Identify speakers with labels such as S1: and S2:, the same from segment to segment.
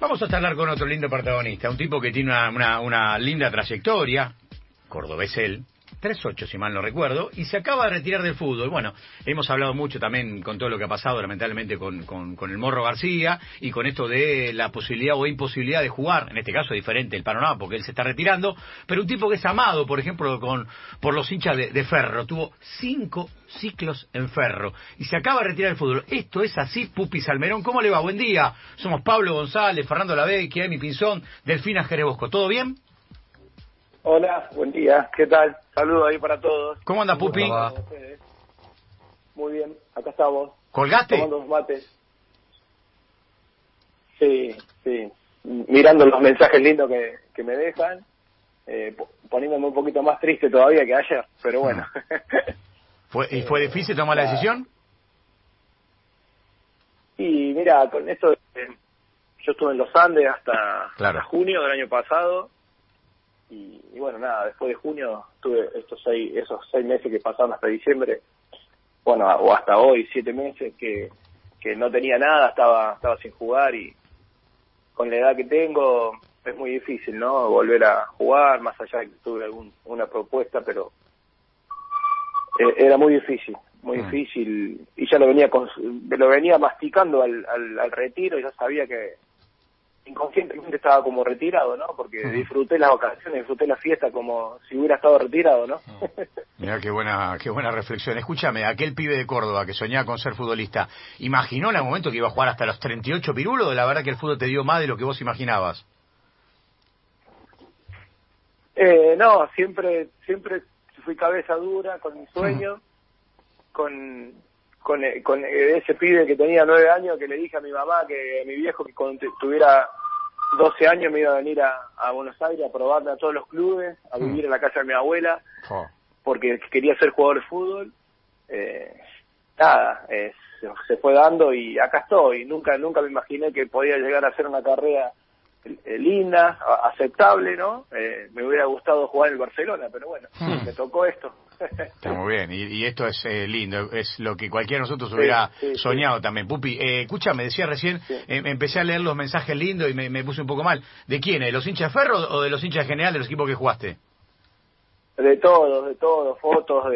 S1: Vamos a charlar con otro lindo protagonista, un tipo que tiene una linda trayectoria, cordobés él, 3'8", si mal no recuerdo, y se acaba de retirar del fútbol. Bueno, hemos hablado mucho también con todo lo que ha pasado, lamentablemente, con el Morro García, y con esto de la posibilidad o imposibilidad de jugar, en este caso diferente el panorama, porque él se está retirando, pero un tipo que es amado, por ejemplo, por los hinchas de Ferro, tuvo 5 ciclos en Ferro, y se acaba de retirar del fútbol. Esto es así, Pupi Salmerón. ¿Cómo le va? Buen día. Somos Pablo González, Fernando Lavey, Emi Pinzón, Delfina Jerez Bosco. ¿Todo bien?
S2: Hola, buen día, ¿qué tal? Saludos ahí para todos.
S1: ¿Cómo anda, Pupi?
S2: Muy bien, acá estamos.
S1: ¿Colgaste?
S2: Tomando unos mates. Sí. Mirando los mensajes lindos que me dejan, poniéndome un poquito más triste todavía que ayer, pero bueno.
S1: ¿Fue difícil tomar la decisión?
S2: Y mira, con esto, yo estuve en los Andes hasta junio del año pasado. Y bueno, nada, después de junio tuve esos 6 meses que pasaron hasta diciembre, bueno, o hasta hoy, 7 meses que no tenía nada, estaba sin jugar, y con la edad que tengo es muy difícil, ¿no? Volver a jugar, más allá de que tuve una propuesta, pero era muy difícil, y ya lo venía masticando al retiro, y ya sabía que inconscientemente estaba como retirado, ¿no? Porque disfruté las vacaciones, disfruté la fiesta como si hubiera estado retirado, ¿no?
S1: Mirá qué buena reflexión. Escúchame, aquel pibe de Córdoba que soñaba con ser futbolista, ¿imaginó en algún momento que iba a jugar hasta los 38 pirulos? ¿O la verdad que el fútbol te dio más de lo que vos imaginabas?
S2: No, siempre fui cabeza dura con mi sueño, con ese pibe que tenía 9 años, que le dije a mi mamá, que a mi viejo, que cuando tuviera 12 años me iba a venir a Buenos Aires a probarme a todos los clubes, a vivir en la casa de mi abuela, porque quería ser jugador de fútbol. Se fue dando y acá estoy. Nunca me imaginé que podía llegar a hacer una carrera linda, aceptable, ¿no? Me hubiera gustado jugar en el Barcelona, pero bueno, me tocó esto.
S1: Está muy bien, y esto es lindo, es lo que cualquiera de nosotros hubiera soñado también. Pupi, escúchame, decía recién, empecé a leer los mensajes lindos y me puse un poco mal. ¿De quién? ¿De los hinchas de Ferro o de los hinchas en general de los equipos que jugaste?
S2: De todos, fotos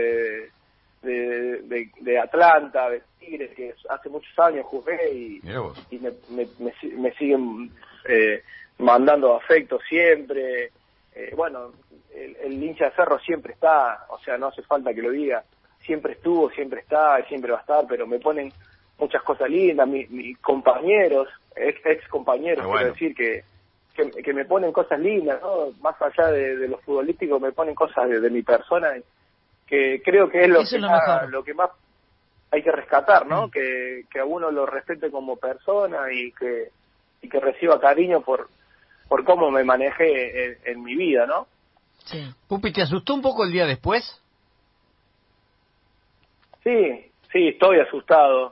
S2: de Atlanta, de Tigres, que hace muchos años jugué, y me siguen mandando afecto siempre. Bueno, el hincha de Ferro siempre está, o sea, no hace falta que lo diga, siempre estuvo, siempre está, siempre va a estar, pero me ponen muchas cosas lindas, mis compañeros, ex compañeros, quiero decir, que me ponen cosas lindas, ¿no? Más allá de lo futbolístico, me ponen cosas de mi persona, que creo que es lo que más hay que rescatar, ¿no? Que a uno lo respete como persona y que reciba cariño por cómo me manejé en mi vida, ¿no?
S3: Sí. Pupi, ¿te asustó un poco el día después?
S2: Sí, estoy asustado.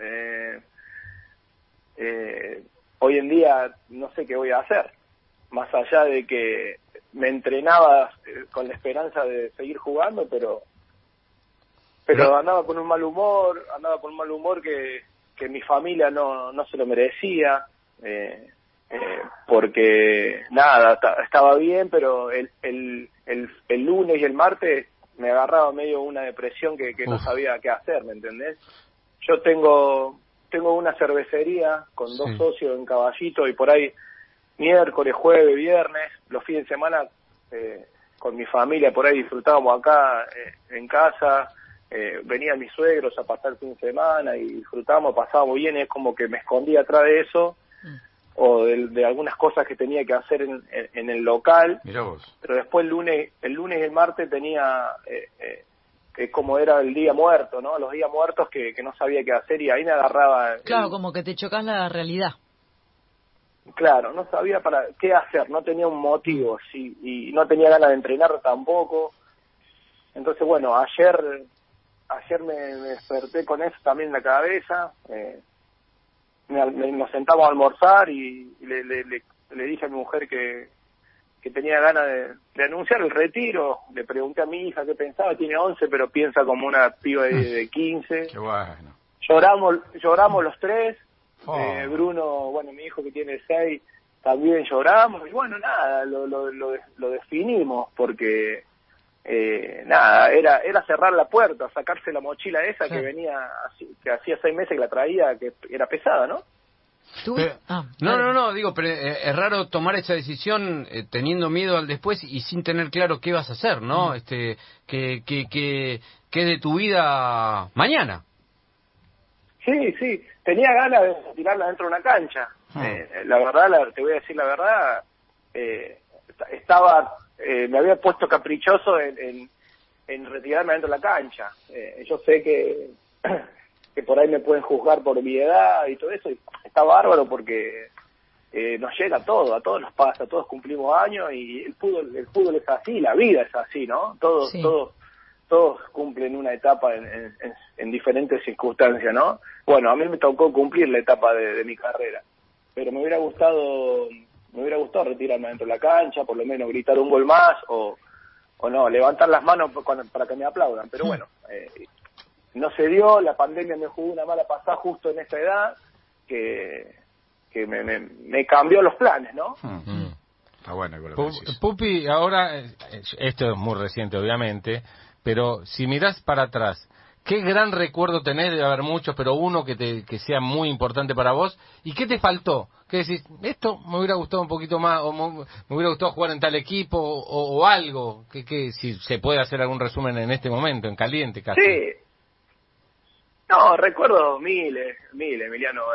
S2: Hoy en día no sé qué voy a hacer, más allá de que me entrenaba con la esperanza de seguir jugando, pero andaba con un mal humor, que mi familia no se lo merecía, porque nada, estaba bien, pero el lunes y el martes me agarraba medio una depresión que no sabía qué hacer, ¿me entendés? Yo tengo una cervecería con 2 socios en Caballito, y por ahí miércoles, jueves, viernes, los fines de semana con mi familia por ahí disfrutábamos acá en casa, venían mis suegros a pasar el fin de semana y disfrutábamos, pasábamos bien, es como que me escondía atrás de eso, o de algunas cosas que tenía que hacer en el local.
S1: Mirá vos.
S2: Pero después el lunes y el martes tenía que como era el día muerto, ¿no? Los días muertos que no sabía qué hacer, y ahí me agarraba.
S3: Claro, como que te chocas la realidad. Claro,
S2: no sabía para qué hacer, no tenía un motivo, y no tenía ganas de entrenar tampoco. Entonces, bueno, ayer me desperté con eso también en la cabeza. Nos sentamos a almorzar y le dije a mi mujer que tenía ganas de anunciar el retiro. Le pregunté a mi hija qué pensaba, tiene 11, pero piensa como una piba de 15.
S1: Qué bueno.
S2: Lloramos los tres. Bruno, bueno, mi hijo que tiene 6, también lloramos, y bueno, nada, lo definimos, porque nada, era cerrar la puerta, sacarse la mochila esa que venía, que hacía 6 meses que la traía, que era pesada, ¿no?
S4: No, digo, pero es raro tomar esa decisión teniendo miedo al después y sin tener claro qué vas a hacer, ¿no? Que de tu vida mañana.
S2: Sí, tenía ganas de tirarla dentro de una cancha. La verdad, te voy a decir la verdad, me había puesto caprichoso en retirarme dentro de la cancha. Yo sé que por ahí me pueden juzgar por mi edad y todo eso, y está bárbaro porque nos llega a todos nos pasa, todos cumplimos años, y el fútbol es así, la vida es así, ¿no? Todos cumplen una etapa en diferentes circunstancias, ¿no? Bueno, a mí me tocó cumplir la etapa de mi carrera, pero me hubiera gustado retirarme dentro de la cancha, por lo menos gritar un gol más, o no, levantar las manos para que me aplaudan, pero bueno, no se dio, la pandemia me jugó una mala pasada justo en esta edad, que me cambió los planes, ¿no?
S5: Está bueno con lo que decís. Pupi, ahora, esto es muy reciente obviamente, pero si mirás para atrás, ¿qué gran recuerdo tenés? Debe haber muchos, pero uno que sea muy importante para vos. ¿Y qué te faltó? ¿Qué decís? Esto me hubiera gustado un poquito más, o me hubiera gustado jugar en tal equipo, o algo. Que si se puede hacer algún resumen en este momento, en caliente casi.
S2: Sí. No, recuerdo miles, Emiliano.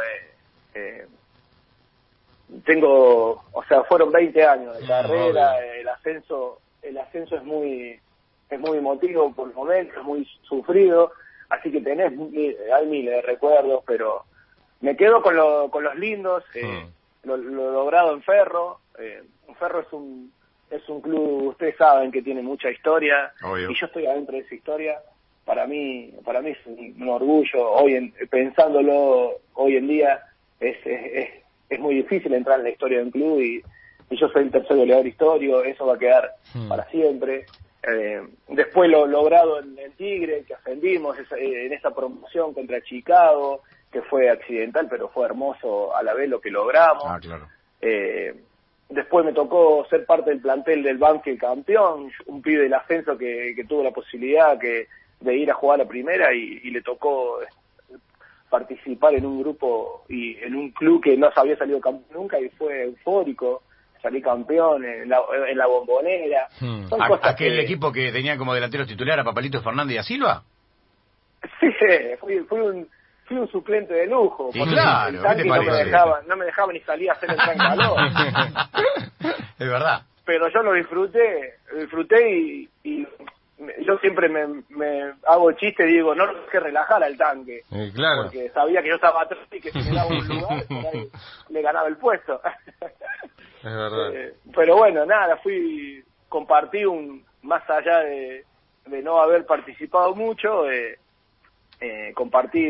S2: Fueron 20 años de carrera. El ascenso es muy emotivo por el momento, es muy sufrido, así que hay miles de recuerdos, pero me quedo con los lindos, lo logrado en Ferro. Ferro es un club, ustedes saben, que tiene mucha historia. Obvio. Y yo estoy adentro de esa historia. Para mí es un orgullo. Pensándolo hoy en día, es muy difícil entrar en la historia de un club, y yo soy el tercer goleador histórico, eso va a quedar para siempre. Después lo logrado en Tigre, que ascendimos en esa promoción contra Chicago, que fue accidental, pero fue hermoso a la vez lo que logramos.
S5: Claro.
S2: Después me tocó ser parte del plantel del Banfield campeón, un pibe del ascenso que tuvo la posibilidad de ir a jugar a la primera, y le tocó participar en un grupo y en un club que no se había salido campeón nunca, y fue eufórico. Salí campeón en la Bombonera.
S1: ¿Aquel equipo que tenía como delantero titular a Papalito Fernández y a Silva?
S2: Sí, fui un suplente de lujo.
S1: Sí, claro.
S2: ¿Qué te parece? No me dejaba ni salir a hacer el calor.
S1: Es verdad.
S2: Pero yo lo disfruté y yo siempre me hago chiste y digo, no lo dejé relajar al tanque.
S5: Claro.
S2: Porque sabía que yo estaba atrás y que si me daba un lugar, por ahí le ganaba el puesto.
S5: Es verdad.
S2: Pero bueno, nada, compartí más allá de no haber participado mucho, compartí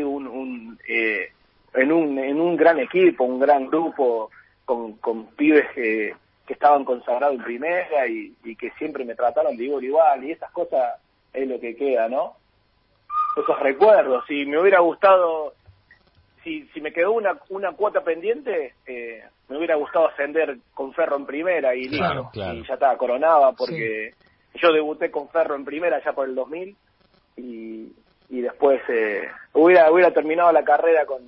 S2: en un gran equipo, un gran grupo, con pibes que estaban consagrados en primera y que siempre me trataron de igual, y esas cosas es lo que queda, ¿no? Esos recuerdos. Si me hubiera gustado, si me quedó una cuota pendiente, me hubiera gustado ascender con Ferro en primera y listo. Claro. Y ya estaba, coronaba, porque yo debuté con Ferro en primera ya por el 2000, y después hubiera terminado la carrera con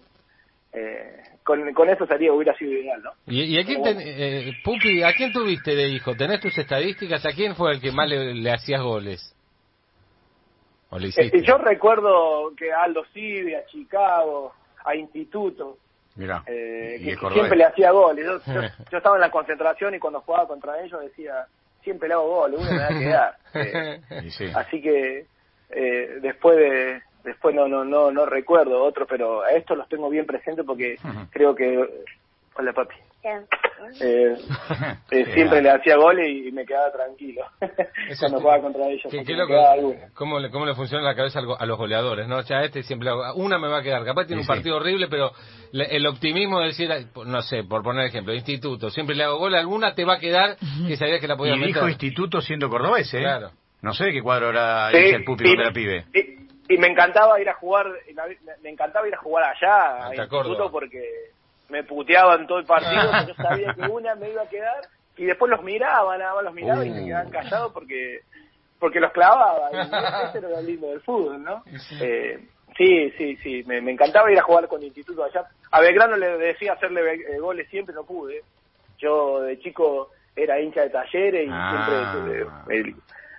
S2: eso, hubiera sido ideal, ¿no?
S5: ¿Y a quién Pupi, a quién tuviste de hijo? ¿Tenés tus estadísticas? ¿A quién fue el que más le hacías goles? ¿O le hiciste?
S2: Yo recuerdo que a Aldo Civi, a Chicago, a Instituto,
S1: Mirá,
S2: que siempre le hacía goles. Yo estaba en la concentración y cuando jugaba contra ellos decía, siempre le hago goles, uno me da que dar. Así que después no recuerdo otros, pero a estos los tengo bien presentes porque creo que... Hola, papi. Siempre le hacía goles y me quedaba tranquilo cuando jugaba contra ellos.
S5: ¿Cómo le funciona la cabeza a los goleadores, ¿no? O sea, siempre una me va a quedar, capaz tiene un partido horrible, pero el optimismo de decir, no sé, por poner ejemplo, Instituto, siempre le hago gol, alguna te va a quedar que sabías que la podía meter.
S1: Y dijo Instituto siendo cordobés,
S5: Claro.
S1: No sé de qué cuadro era el Pupi cuando era pibe.
S2: Y me encantaba ir a jugar allá a Instituto, porque me puteaban todo el partido, porque yo sabía que una me iba a quedar, y después los miraba, nada más los miraba y me quedaban callados porque los clavaba, y eso era lo lindo del fútbol, ¿no? Sí, me encantaba ir a jugar con el instituto allá. A Belgrano le decía hacerle goles siempre, no pude. Yo de chico era hincha de Talleres y siempre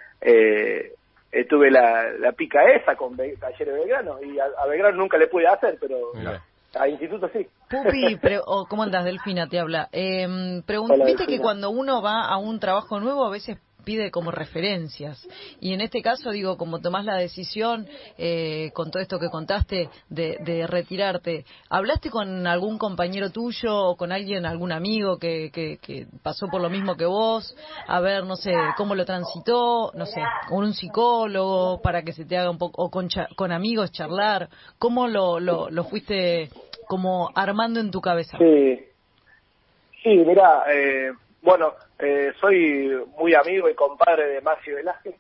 S2: tuve la pica esa con Talleres Belgrano, y a Belgrano nunca le pude hacer, pero a instituto sí.
S3: Pupi, ¿cómo andas? Delfina te habla. Viste que cuando uno va a un trabajo nuevo a veces pide como referencias, y en este caso digo, como tomás la decisión con todo esto que contaste de retirarte, ¿hablaste con algún compañero tuyo o con algún amigo que pasó por lo mismo que vos? A ver, no sé, cómo lo transitó, no sé, con un psicólogo para que se te haga un poco, o con amigos charlar, ¿cómo lo fuiste como armando en tu cabeza?
S2: Sí, mirá, bueno, soy muy amigo y compadre de Maxi Velázquez.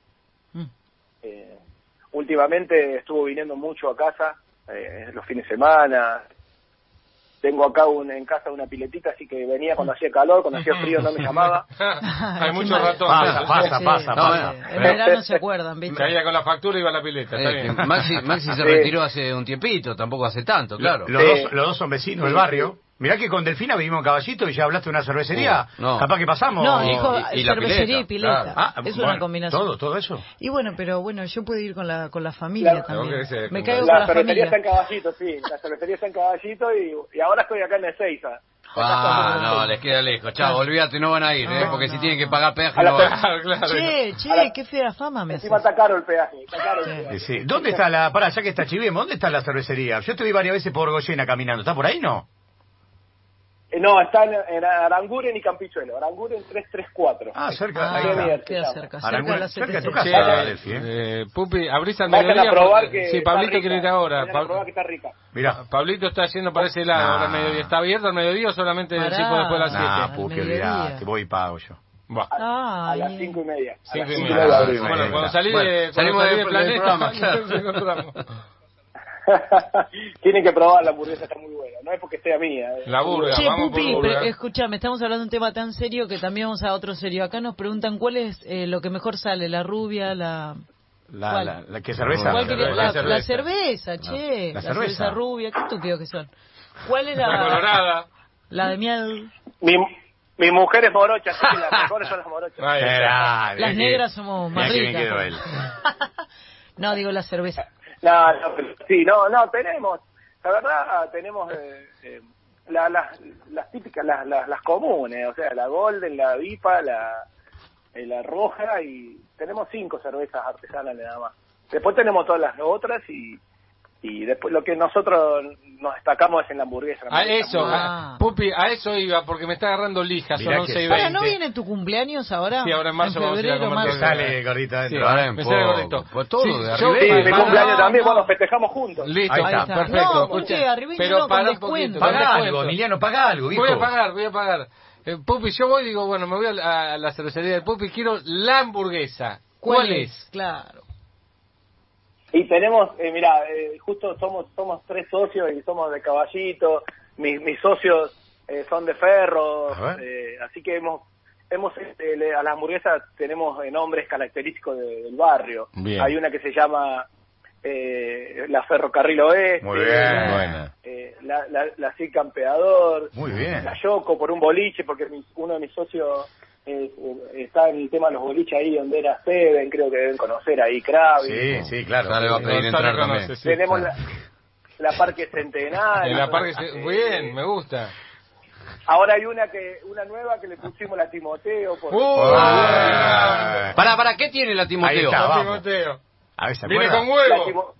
S2: Últimamente estuvo viniendo mucho a casa, los fines de semana. Tengo acá en casa una piletita, así que venía cuando hacía calor, cuando hacía frío no me llamaba.
S5: Hay mucho ratones.
S1: Pasa.
S3: En verano se acuerdan, ¿viste?
S5: Caía con la factura y iba a la pileta. Está bien.
S4: Maxi se retiró hace un tiempito, tampoco hace tanto, claro.
S1: Los dos son vecinos del barrio. Mirá que con Delfina vivimos en Caballito y ya hablaste de una cervecería. Capaz que pasamos.
S3: No, dijo
S4: y la
S3: cervecería y pileta.
S1: Claro.
S3: Es una combinación.
S1: Todo eso.
S3: Y bueno, pero yo puedo ir con la familia también. Me caigo
S2: la
S3: con la
S2: cervecería
S3: familia.
S2: está en Caballito, sí. La cervecería está en Caballito y ahora estoy acá en Ezeiza.
S4: No, les queda lejos. Chao, olvídate, no van a ir, porque si tienen que pagar peaje no van.
S3: Che, qué fea fama me hace.
S2: Encima está caro el peaje.
S1: Sí. ¿Dónde está ya que está Chivemos, dónde está la cervecería? Yo te vi varias veces por Goyena caminando. ¿Está por ahí, no?
S2: No, está en Aranguren y Campichuelo. Aranguren 334.
S1: Cerca.
S3: Queda cerca.
S1: Cerca de tu casa,
S5: Pupi, abrís al
S2: Vayan
S5: mediodía.
S2: a probar que
S5: sí, Pablito
S2: quiere
S5: ir ahora.
S2: Vayan a probar que está rica.
S1: Mirá.
S5: Pablito está yendo para ese lado ahora al mediodía. ¿Está abierto al mediodía o solamente después de las 7?
S1: Pupi, olvidate. Voy y pago yo.
S2: A las 5:30.
S5: 5:30. Bueno, cuando salimos de Planeta,
S4: nos encontramos.
S2: Tienen que probar, la hamburguesa está muy buena, no es porque sea mía.
S5: La burga,
S3: Che,
S5: vamos
S3: Pupi,
S5: por burga.
S3: escuchame, estamos hablando de un tema tan serio que también vamos a otro serio. Acá nos preguntan cuál es lo que mejor sale, la rubia, la
S1: ¿qué cerveza?
S3: La cerveza, che.
S1: La
S3: cerveza rubia, qué estúpidos que son. ¿Cuál es
S5: la colorada?
S3: La de miel.
S2: Mi mujer es morocha, así que las mejores son las morochas.
S3: Las negras somos más ricas. No, digo la cerveza.
S2: No, tenemos, la verdad, tenemos las típicas, las comunes, o sea, la Golden, la Vipa, la Roja, y tenemos 5 cervezas artesanales nada más. Después tenemos todas las otras y después lo que nosotros nos destacamos es en la hamburguesa.
S5: Pupi, a eso iba, porque me está agarrando lija, son 11:20.
S3: Ahora, ¿no viene tu cumpleaños ahora?
S5: Sí, ahora en marzo
S3: vamos a ir a comer.
S1: Sale gordita adentro.
S5: Me sale gordito.
S2: Mi cumpleaños también, bueno, festejamos juntos.
S5: Listo,
S1: ahí está.
S5: Perfecto.
S3: Pero
S5: para
S3: un poquito.
S1: Paga algo, Emiliano, paga algo, hijo.
S5: Voy a pagar. Pupi, yo me voy a la cervecería del Pupi, quiero la hamburguesa. ¿Cuál es?
S3: Claro.
S2: Y tenemos, justo somos 3 socios y somos de Caballito, mis socios son de Ferro, así que hemos a las hamburguesas tenemos nombres característicos del barrio.
S5: Bien.
S2: Hay una que se llama la Ferrocarril Oeste.
S1: Muy bien, buena.
S2: La Cid Campeador.
S1: Muy bien.
S2: La Yoco por un boliche, porque uno de mis socios está en el tema de los boliches ahí donde era Seven, creo que deben conocer ahí Krabi.
S1: Sí, claro.
S4: Ya le va a pedir entrar también.
S2: Tenemos la Parque Centenario.
S5: Muy bien, me gusta.
S2: Ahora hay una nueva que le pusimos la Timoteo.
S4: ¿Para qué tiene la Timoteo?
S1: Ahí está,
S5: la Timoteo.
S1: A ver, ¿se
S5: viene
S1: acuerda?
S5: con huevo.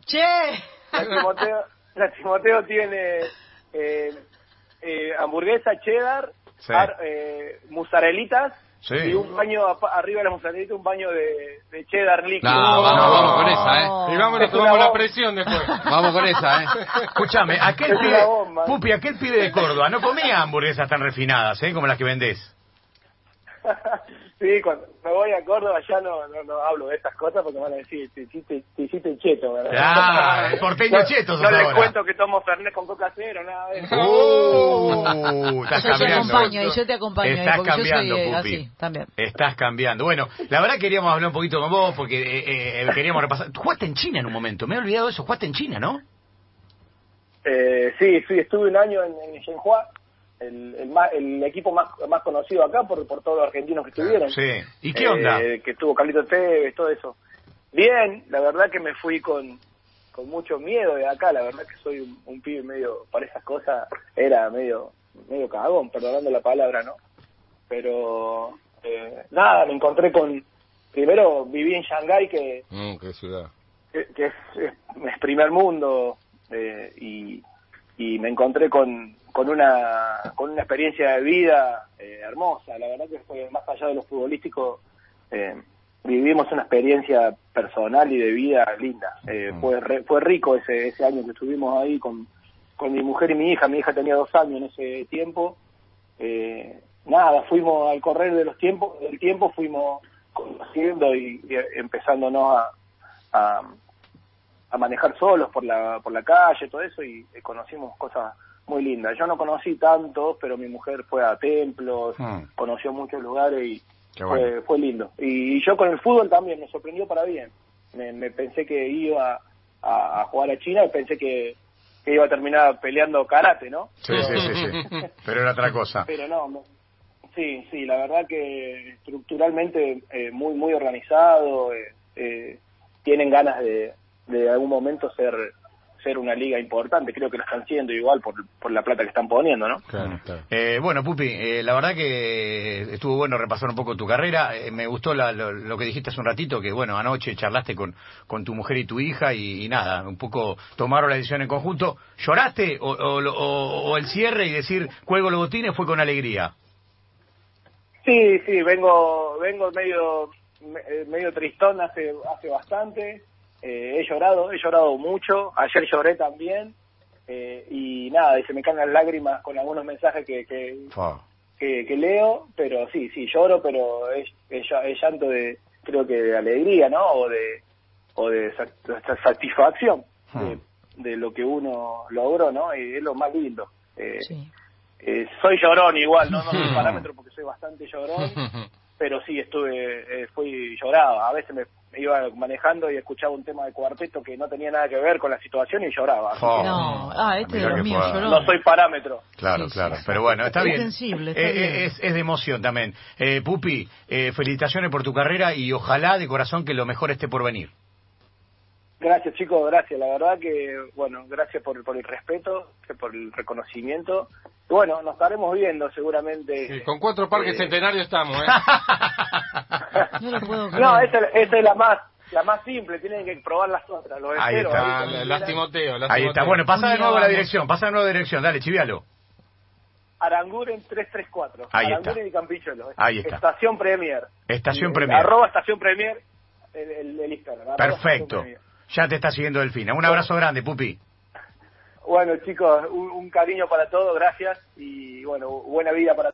S2: La Timoteo tiene hamburguesa cheddar, mozzarelitas.
S1: Sí.
S2: Y un baño arriba de la mozzarella, un baño de cheddar líquido.
S4: Vamos con esa,
S5: Y vamos, tomamos la presión después.
S4: Vamos con esa,
S1: Escúchame, Pupi, aquel pibe de Córdoba no comía hamburguesas tan refinadas, como las que vendés.
S2: Sí, cuando me voy a Córdoba ya no hablo de estas cosas porque van a decir, te hiciste cheto, ¿verdad?
S1: Ah, el porteño cheto.
S2: No les cuento que tomo Fernet con coca cero, nada de eso.
S1: Estás
S3: cambiando. Yo te acompaño.
S1: Estás
S3: porque
S1: cambiando,
S3: yo soy
S1: Pupi.
S3: así, también.
S1: Estás cambiando. Bueno, la verdad queríamos hablar un poquito con vos porque queríamos repasar. Jugaste en China en un momento, me he olvidado de eso. Jugaste en China, ¿no?
S2: Sí, estuve un año en Shenhua. El equipo más conocido acá por todos los argentinos que estuvieron.
S1: Sí. ¿Y qué onda?
S2: Que tuvo Carlito Tevez, todo eso. Bien, la verdad que me fui con mucho miedo de acá, la verdad que soy un pibe medio, para esas cosas, era medio cagón, perdonando la palabra, ¿no? Pero, nada, me encontré primero viví en Shanghái, que...
S5: qué ciudad.
S2: Que es primer mundo, y me encontré con una experiencia de vida hermosa. La verdad que fue más allá de lo futbolístico, vivimos una experiencia personal y de vida linda. Fue rico ese año que estuvimos ahí con mi mujer y mi hija tenía 2 años en ese tiempo. Nada, fuimos al correr del tiempo fuimos conociendo y empezándonos a manejar solos por la calle, todo eso, y conocimos cosas muy lindas. Yo no conocí tantos, pero mi mujer fue a templos, conoció muchos lugares y fue lindo. Y yo con el fútbol también me sorprendió para bien. Me pensé que iba a jugar a China, pensé que iba a terminar peleando karate, ¿no?
S1: Sí. Pero era otra cosa.
S2: Pero no, sí, la verdad que estructuralmente muy muy organizado, tienen ganas de algún momento ser una liga importante. Creo que lo están siendo igual por la plata que están poniendo, ¿no?
S5: Claro.
S1: Bueno, Pupi, la verdad que estuvo bueno repasar un poco tu carrera. Me gustó lo que dijiste hace un ratito, que bueno, anoche charlaste con tu mujer y tu hija y nada, un poco tomaron la decisión en conjunto. ¿Lloraste o el cierre y decir cuelgo los botines fue con alegría?
S2: Sí, vengo medio tristón hace bastante. He llorado mucho. Ayer lloré también, y nada, y se me caen las lágrimas con algunos mensajes que leo, pero sí lloro, pero es llanto creo que de alegría, ¿no? O de satisfacción de lo que uno logró, ¿no? Y es lo más lindo. Soy llorón igual, no soy parámetro porque soy bastante llorón, pero sí fui llorado. A veces me iba manejando y escuchaba un tema de cuarteto que no tenía nada que ver con la situación y lloraba.
S3: Este es lo mío, lloró.
S2: No soy parámetro.
S1: Claro, pero bueno, está bien.
S3: Sensible, está bien.
S1: Es de emoción también. Pupi, felicitaciones por tu carrera y ojalá de corazón que lo mejor esté por venir.
S2: Gracias, chicos, gracias. La verdad que, bueno, gracias por el respeto, por el reconocimiento. Y bueno, nos estaremos viendo seguramente.
S5: Sí, con 4 parques centenarios estamos, ¿eh?
S3: No lo puedo creer.
S2: No, esa es la más simple, tienen que probar las otras. Los
S1: ahí está,
S5: Lastimoteo.
S1: Ahí está, bueno, pasa de nuevo la dirección, dale, chivialo.
S2: Aranguren 334.
S1: Ahí
S2: Aranguren
S1: está.
S2: y Campicciolo.
S1: Ahí está.
S2: Estación Premier.
S1: Premier.
S2: estación Premier, el Instagram.
S1: Perfecto. Ya te está siguiendo Delfina. Un abrazo grande, Pupi.
S2: Bueno, chicos, un cariño para todos, gracias. Y bueno, buena vida para todos.